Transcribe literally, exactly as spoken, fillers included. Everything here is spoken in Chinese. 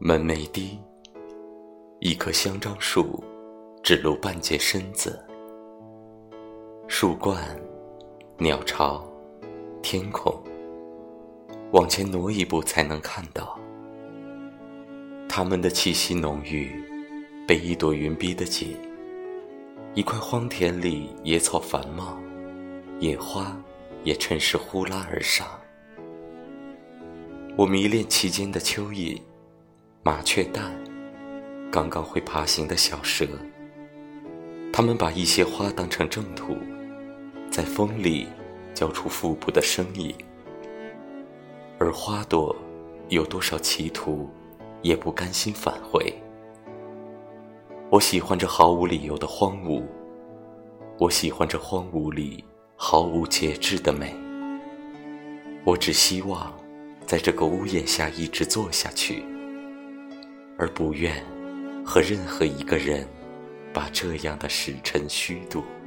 门没低，一棵香樟树只露半截身子，树冠、鸟巢、天空，往前挪一步才能看到。它们的气息浓郁，被一朵云逼得紧。一块荒田里野草繁茂，野花也趁势呼啦而上。我迷恋其间的蚯蚓、麻雀蛋、刚刚会爬行的小蛇，它们把一些花当成正土，在风里交出腹部的声音，而花朵有多少企图，也不甘心返回。我喜欢这毫无理由的荒芜，我喜欢这荒芜里毫无节制的美。我只希望在这个屋檐下一直坐下去，而不愿和任何一个人把这样的时辰虚度。